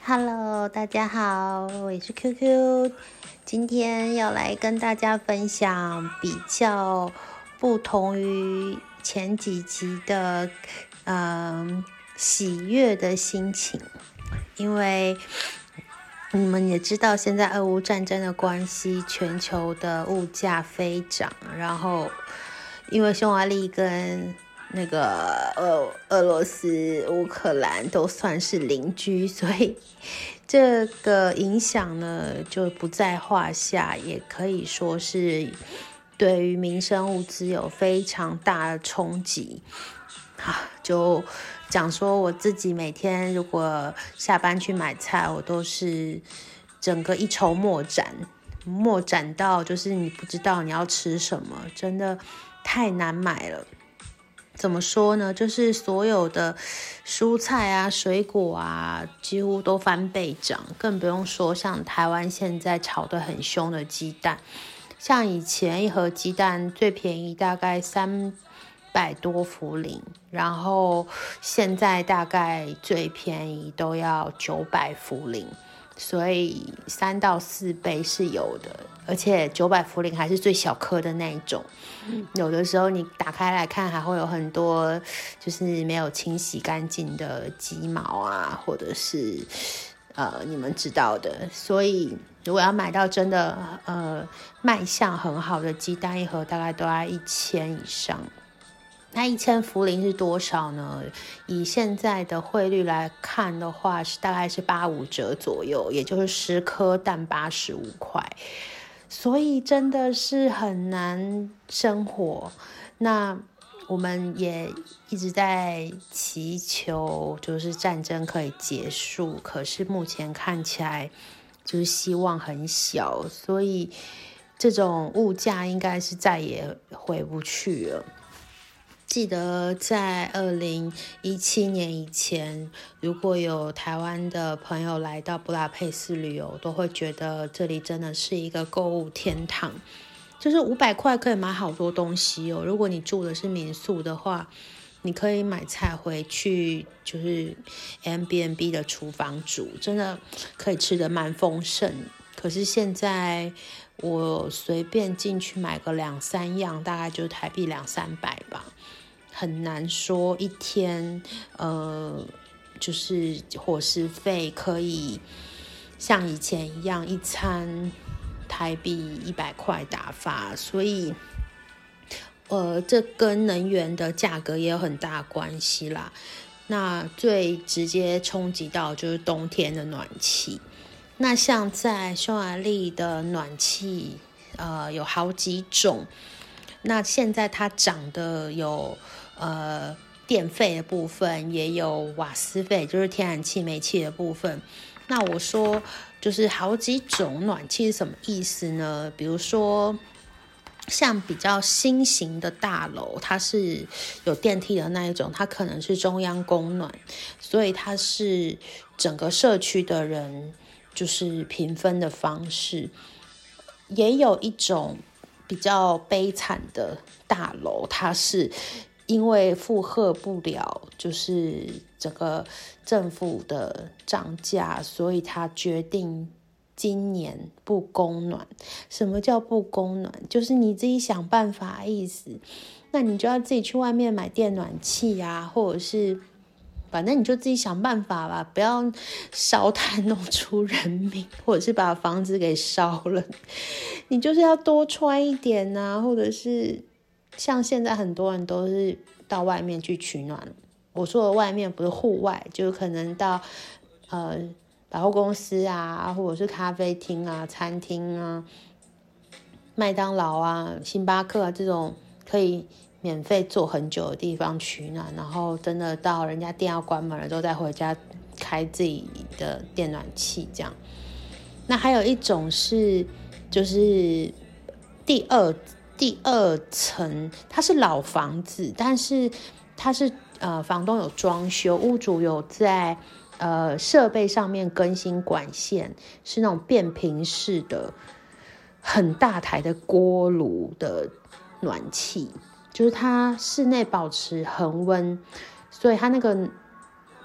Hello，大家好，我也是 QQ，今天要来跟大家分享比较不同于前几集的喜悦的心情，因为你们也知道现在俄乌战争的关系，全球的物价飞涨，然后因为匈牙利跟那个俄罗斯、乌克兰都算是邻居，所以这个影响呢就不在话下，也可以说是对于民生物资有非常大的冲击。就讲说我自己每天如果下班去买菜，我都是整个一筹莫展到就是你不知道你要吃什么，真的太难买了。怎么说呢？就是所有的蔬菜啊、水果啊，几乎都翻倍涨，更不用说像台湾现在炒得很凶的鸡蛋。像以前一盒鸡蛋最便宜大概300多福林，然后现在大概最便宜都要900福林，所以3到4倍是有的，而且900福林还是最小颗的那一种。有的时候你打开来看，还会有很多就是没有清洗干净的鸡毛啊，或者是你们知道的。所以如果要买到真的卖相很好的鸡蛋，一盒大概都要1000以上。那1000福林是多少呢？以现在的汇率来看的话，大概是85折左右，也就是10颗蛋85块。所以真的是很难生活。那我们也一直在祈求，就是战争可以结束，可是目前看起来就是希望很小，所以这种物价应该是再也回不去了。记得在2017年以前，如果有台湾的朋友来到布达佩斯旅游，都会觉得这里真的是一个购物天堂，就是500块可以买好多东西哦。如果你住的是民宿的话，你可以买菜回去，就是 Airbnb 的厨房煮，真的可以吃得蛮丰盛。可是现在我随便进去买个2-3样，大概就是台币200-300吧，很难说一天就是伙食费可以像以前一样一餐台币100块打发，所以这跟能源的价格也有很大关系啦。那最直接冲击到就是冬天的暖气。那像在匈牙利的暖气有好几种，那现在它涨的有电费的部分，也有瓦斯费，就是天然气、煤气的部分。那我说就是好几种暖气是什么意思呢？比如说像比较新型的大楼，它是有电梯的那一种，它可能是中央供暖，所以它是整个社区的人就是平分的方式。也有一种比较悲惨的大楼，它是因为负荷不了就是整个政府的涨价，所以他决定今年不供暖。什么叫不供暖？就是你自己想办法的意思。那你就要自己去外面买电暖气啊，或者是反正你就自己想办法吧，不要烧炭弄出人命，或者是把房子给烧了。你就是要多穿一点啊，或者是像现在很多人都是到外面去取暖。我说的外面不是户外，就可能到百货公司啊，或者是咖啡厅啊、餐厅啊、麦当劳啊、星巴克啊这种可以免费坐很久的地方取暖，然后真的到人家店要关门了之后再回家开自己的电暖气这样。那还有一种是就是第二层，它是老房子，但是它是房东有装修，屋主有在设备上面更新管线，是那种变频式的很大台的锅炉的暖气，就是它室内保持恒温，所以它那个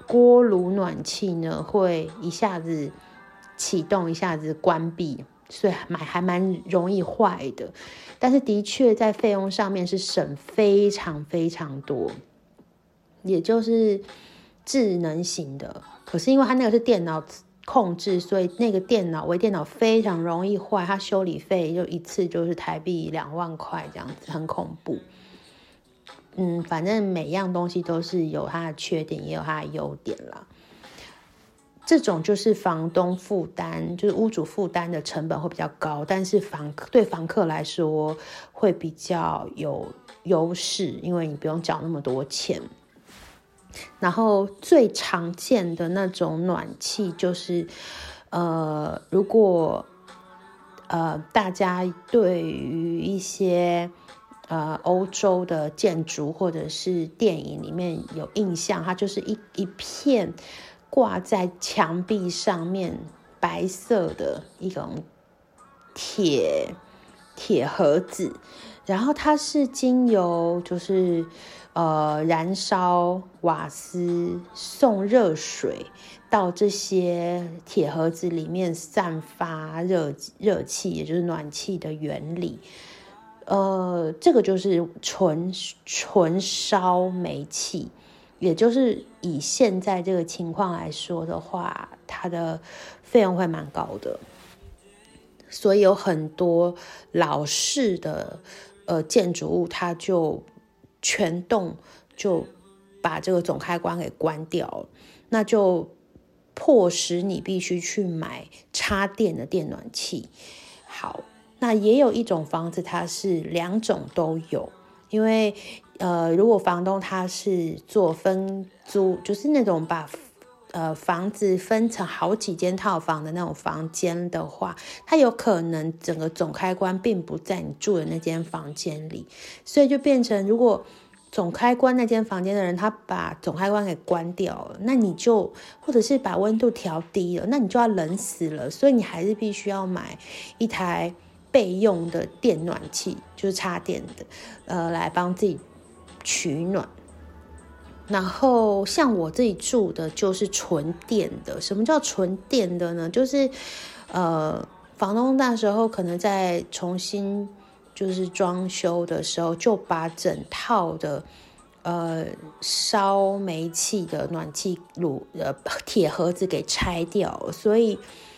锅炉暖气呢会一下子启动，一下子关闭，所以还蛮容易坏的。但是的确在费用上面是省非常非常多，也就是智能型的。可是因为它那个是电脑控制，所以那个微电脑非常容易坏，它修理费就一次就是台币2万块这样子，很恐怖。反正每样东西都是有它的缺点，也有它的优点啦。这种就是房东负担，就是屋主负担的成本会比较高，但是对房客来说会比较有优势，因为你不用缴那么多钱。然后最常见的那种暖气就是，如果大家对于一些欧洲的建筑或者是电影里面有印象，它就是一片挂在墙壁上面白色的一种铁盒子，然后它是经由就是燃烧瓦斯送热水到这些铁盒子里面散发热气，也就是暖气的原理。这个就是纯烧煤气，也就是以现在这个情况来说的话，它的费用会蛮高的。所以有很多老式的建筑物，它就全栋就把这个总开关给关掉了，那就迫使你必须去买插电的电暖气。好，那也有一种房子它是2种都有，因为如果房东他是做分租，就是那种把房子分成好几间套房的那种房间的话，它有可能整个总开关并不在你住的那间房间里，所以就变成如果总开关那间房间的人他把总开关给关掉了，那你就或者是把温度调低了，那你就要冷死了，所以你还是必须要买一台备用的电暖气，就是插电的来帮自己取暖。然后像我自己住的就是纯电的。什么叫纯电的呢？就是房东那时候可能在重新就是装修的时候，就把整套的烧煤气的暖气炉铁盒子给拆掉了，所以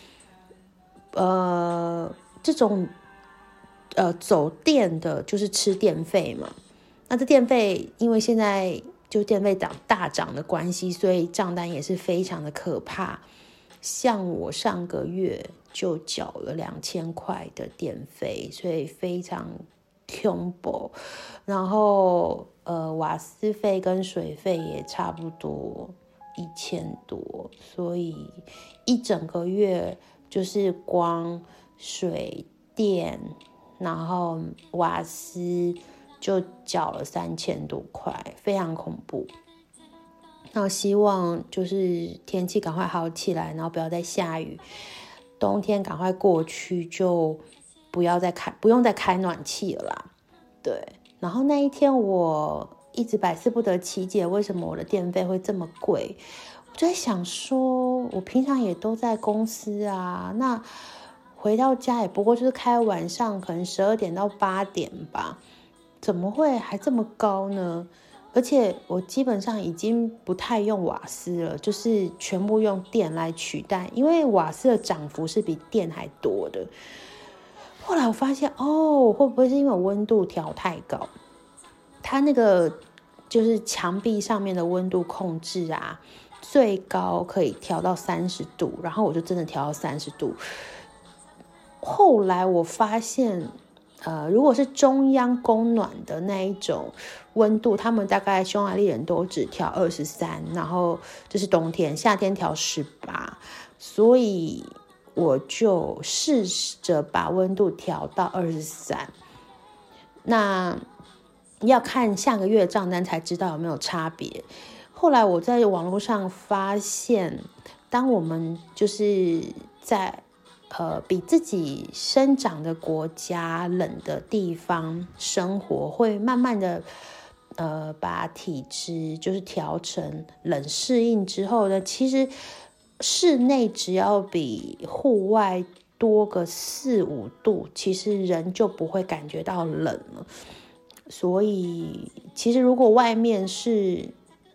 这种走电的就是吃电费嘛。那这电费因为现在就电费大涨的关系，所以账单也是非常的可怕。像我上个月就缴了2000块的电费，所以非常恐怖。然后瓦斯费跟水费也差不多1000多，所以一整个月就是光水电然后瓦斯就缴了3000多块，非常恐怖。那我希望就是天气赶快好起来，然后不要再下雨，冬天赶快过去，就不用再开暖气了啦。对，然后那一天我一直百思不得其解，为什么我的电费会这么贵？我就在想说，我平常也都在公司啊，那回到家也不过就是开晚上，可能12点到8点吧，怎么会还这么高呢？而且我基本上已经不太用瓦斯了，就是全部用电来取代，因为瓦斯的涨幅是比电还多的。后来我发现，会不会是因为我温度调太高？它那个就是墙壁上面的温度控制啊，最高可以调到30度，然后我就真的调到30度。后来我发现如果是中央供暖的那一种温度，他们大概匈牙利人都只调23，然后这是冬天，夏天调18，所以我就试着把温度调到23。那要看下个月账单才知道有没有差别。后来我在网络上发现，当我们就是在比自己生长的国家冷的地方生活，会慢慢的把体质就是调成冷适应之后呢，其实室内只要比户外多个4-5度，其实人就不会感觉到冷了。所以其实如果外面是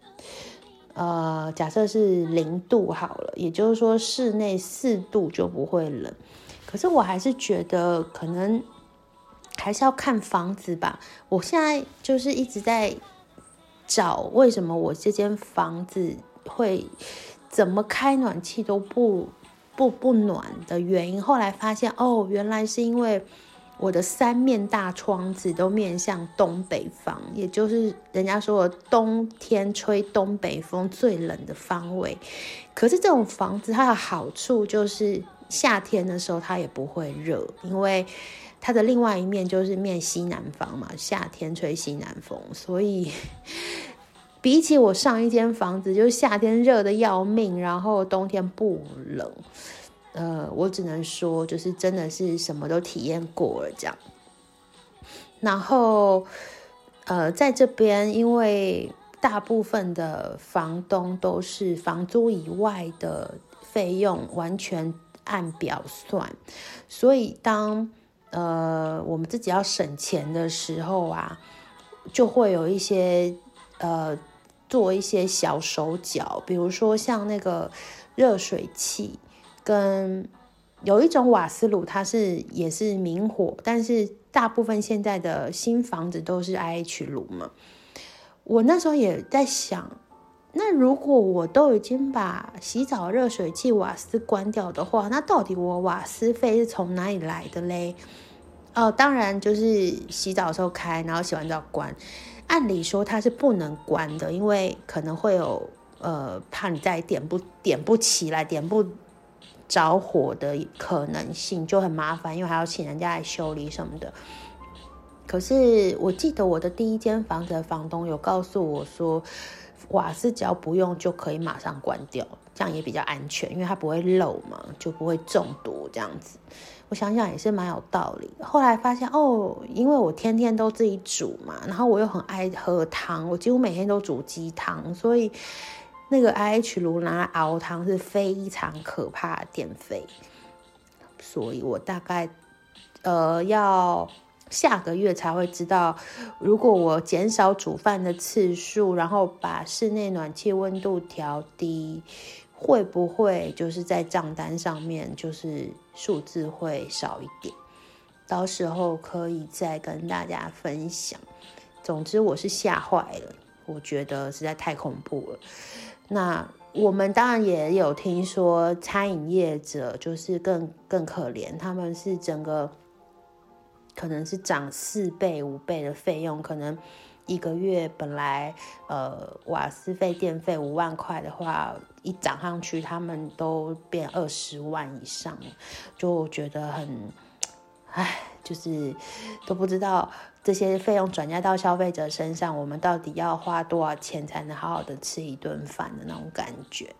假设是0度好了，也就是说室内4度就不会冷。可是我还是觉得可能还是要看房子吧。我现在就是一直在找为什么我这间房子会怎么开暖气都不暖的原因。后来发现原来是因为我的3面大窗子都面向东北方，也就是人家说的冬天吹东北风最冷的方位。可是这种房子它的好处就是夏天的时候它也不会热，因为它的另外一面就是面西南方嘛，夏天吹西南风，所以比起我上一间房子就是夏天热的要命，然后冬天不冷，我只能说就是真的是什么都体验过了这样。然后在这边因为大部分的房东都是房租以外的费用完全按表算，所以当我们自己要省钱的时候啊，就会有一些做一些小手脚，比如说像那个热水器跟有一种瓦斯炉，它也是明火，但是大部分现在的新房子都是 IH 炉嘛。我那时候也在想，那如果我都已经把洗澡热水器瓦斯关掉的话，那到底我瓦斯费是从哪里来的嘞？当然就是洗澡的时候开，然后洗完澡关。按理说它是不能关的，因为可能会有怕你再点不起来，点不着火的可能性，就很麻烦，因为还要请人家来修理什么的。可是我记得我的第一间房子的房东有告诉我说，瓦斯只要不用就可以马上关掉，这样也比较安全，因为它不会漏嘛，就不会中毒这样子。我想想也是蛮有道理。后来发现因为我天天都自己煮嘛，然后我又很爱喝汤，我几乎每天都煮鸡汤，所以那个 IH 炉拿来熬汤是非常可怕的电费。所以我大概要下个月才会知道，如果我减少煮饭的次数，然后把室内暖气温度调低，会不会就是在账单上面就是数字会少一点，到时候可以再跟大家分享。总之我是吓坏了，我觉得实在太恐怖了。那我们当然也有听说餐饮业者就是更可怜，他们是整个可能是涨4倍5倍的费用，可能一个月本来瓦斯费电费5万块的话，一涨上去他们都变20万以上，就觉得很就是都不知道这些费用转嫁到消费者身上，我们到底要花多少钱才能好好的吃一顿饭的那种感觉。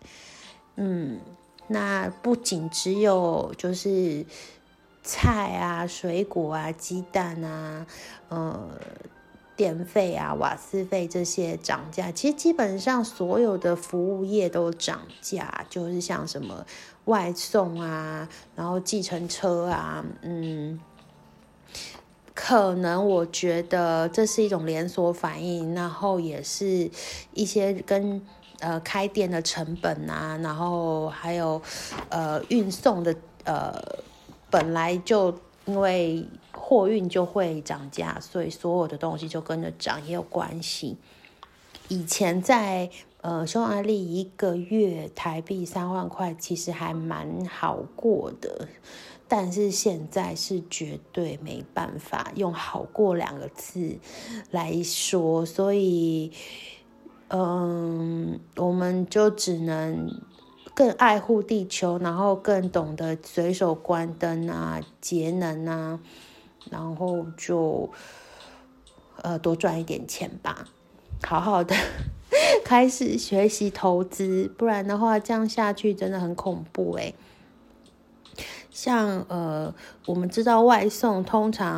那不仅只有就是菜啊、水果啊、鸡蛋啊、电费啊、瓦斯费这些涨价，其实基本上所有的服务业都涨价，就是像什么外送啊，然后计程车啊，可能我觉得这是一种连锁反应，然后也是一些跟开店的成本啊，然后还有运送的本来就因为货运就会涨价，所以所有的东西就跟着涨也有关系。以前在匈牙利1个月台币3万块，其实还蛮好过的，但是现在是绝对没办法用好过2个字来说，所以我们就只能更爱护地球，然后更懂得随手关灯啊、节能啊，然后就多赚一点钱吧，好好的开始学习投资，不然的话这样下去真的很恐怖像我们知道外送通常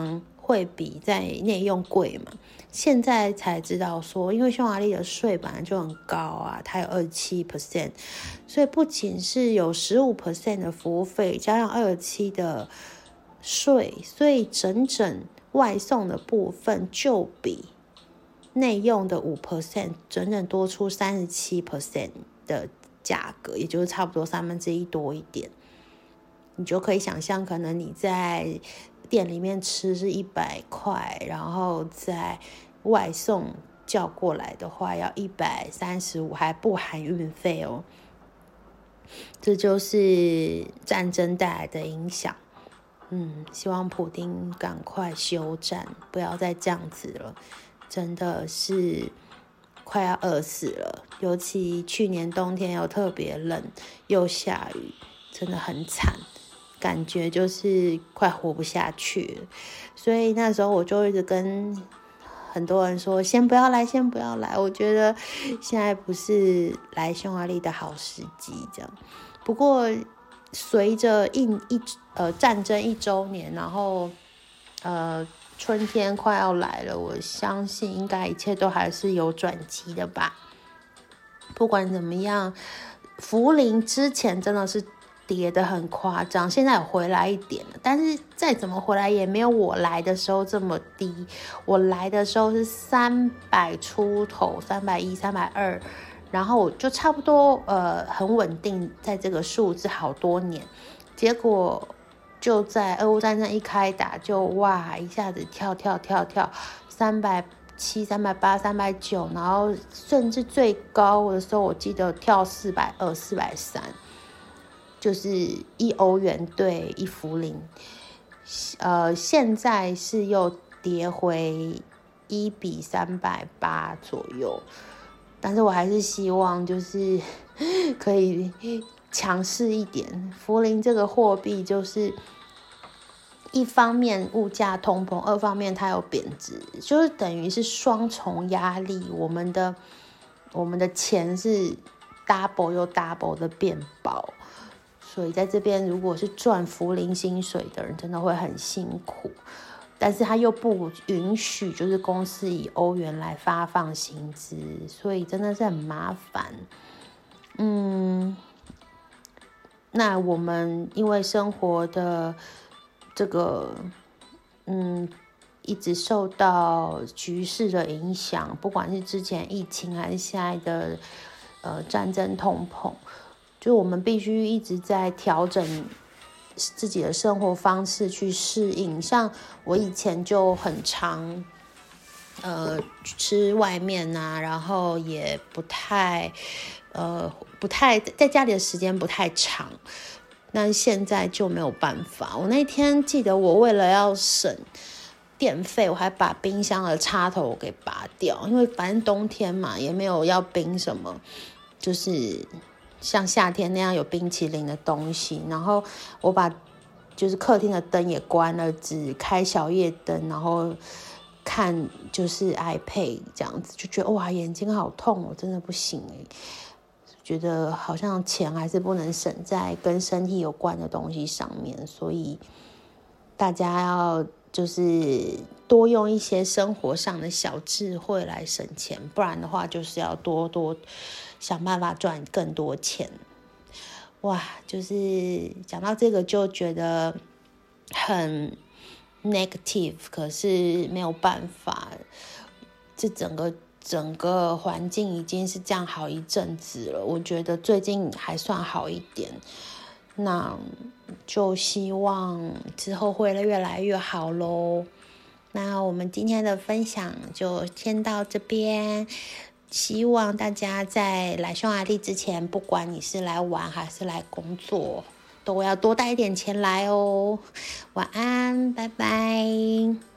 会比在内用贵嘛。现在才知道说，因为匈牙利的税本来就很高啊，它有27%，所以不仅是有15% 的服务费，加上27%的税，所以整外送的部分就比内用的5%整整多出37% 的价格，也就是差不多1/3多一点。你就可以想象，可能你在店里面吃是100块，然后在外送叫过来的话要135，还不含运费哦。这就是战争带来的影响。希望普丁赶快休战，不要再这样子了，真的是快要饿死了。尤其去年冬天又特别冷，又下雨，真的很惨，感觉就是快活不下去了。所以那时候我就一直跟很多人说，先不要来，先不要来。我觉得现在不是来匈牙利的好时机，这样。不过随着战争1周年，然后春天快要来了，我相信应该一切都还是有转机的吧。不管怎么样，福林之前真的是跌得很夸张，现在有回来一点了，但是再怎么回来也没有我来的时候这么低。我来的时候是300出头，310、320，然后就差不多很稳定在这个数字好多年。结果就在俄乌战争一开打，就哇一下子跳370、380、390，然后甚至最高的时候我记得跳420、430，就是1欧元兑1福林。现在是又跌回1:380左右，但是我还是希望就是可以强势一点。福林这个货币就是一方面物价通膨，二方面它有贬值，就是等于是双重压力。我们的钱是 double 又 double 的变薄，所以在这边如果是赚福林薪水的人真的会很辛苦，但是他又不允许就是公司以欧元来发放薪资，所以真的是很麻烦。那我们因为生活的这个一直受到局势的影响，不管是之前疫情还是现在的战争通膨，就我们必须一直在调整自己的生活方式去适应。像我以前就很常吃外面啊，然后也不太在家里的时间不太长，那现在就没有办法。我那天记得我为了要省电费，我还把冰箱的插头给拔掉，因为反正冬天嘛，也没有要冰什么，就是像夏天那样有冰淇淋的东西。然后我把就是客厅的灯也关了，只开小夜灯，然后看就是 iPad 这样子，就觉得哇眼睛好痛哦，真的不行觉得好像钱还是不能省在跟身体有关的东西上面，所以大家要就是多用一些生活上的小智慧来省钱，不然的话就是要多想办法赚更多钱。哇，就是讲到这个就觉得很 negative， 可是没有办法，这整个环境已经是这样好一阵子了，我觉得最近还算好一点，那就希望之后会越来越好咯。那我们今天的分享就先到这边，希望大家在来匈牙利之前，不管你是来玩还是来工作，都要多带一点钱来哦。晚安，拜拜。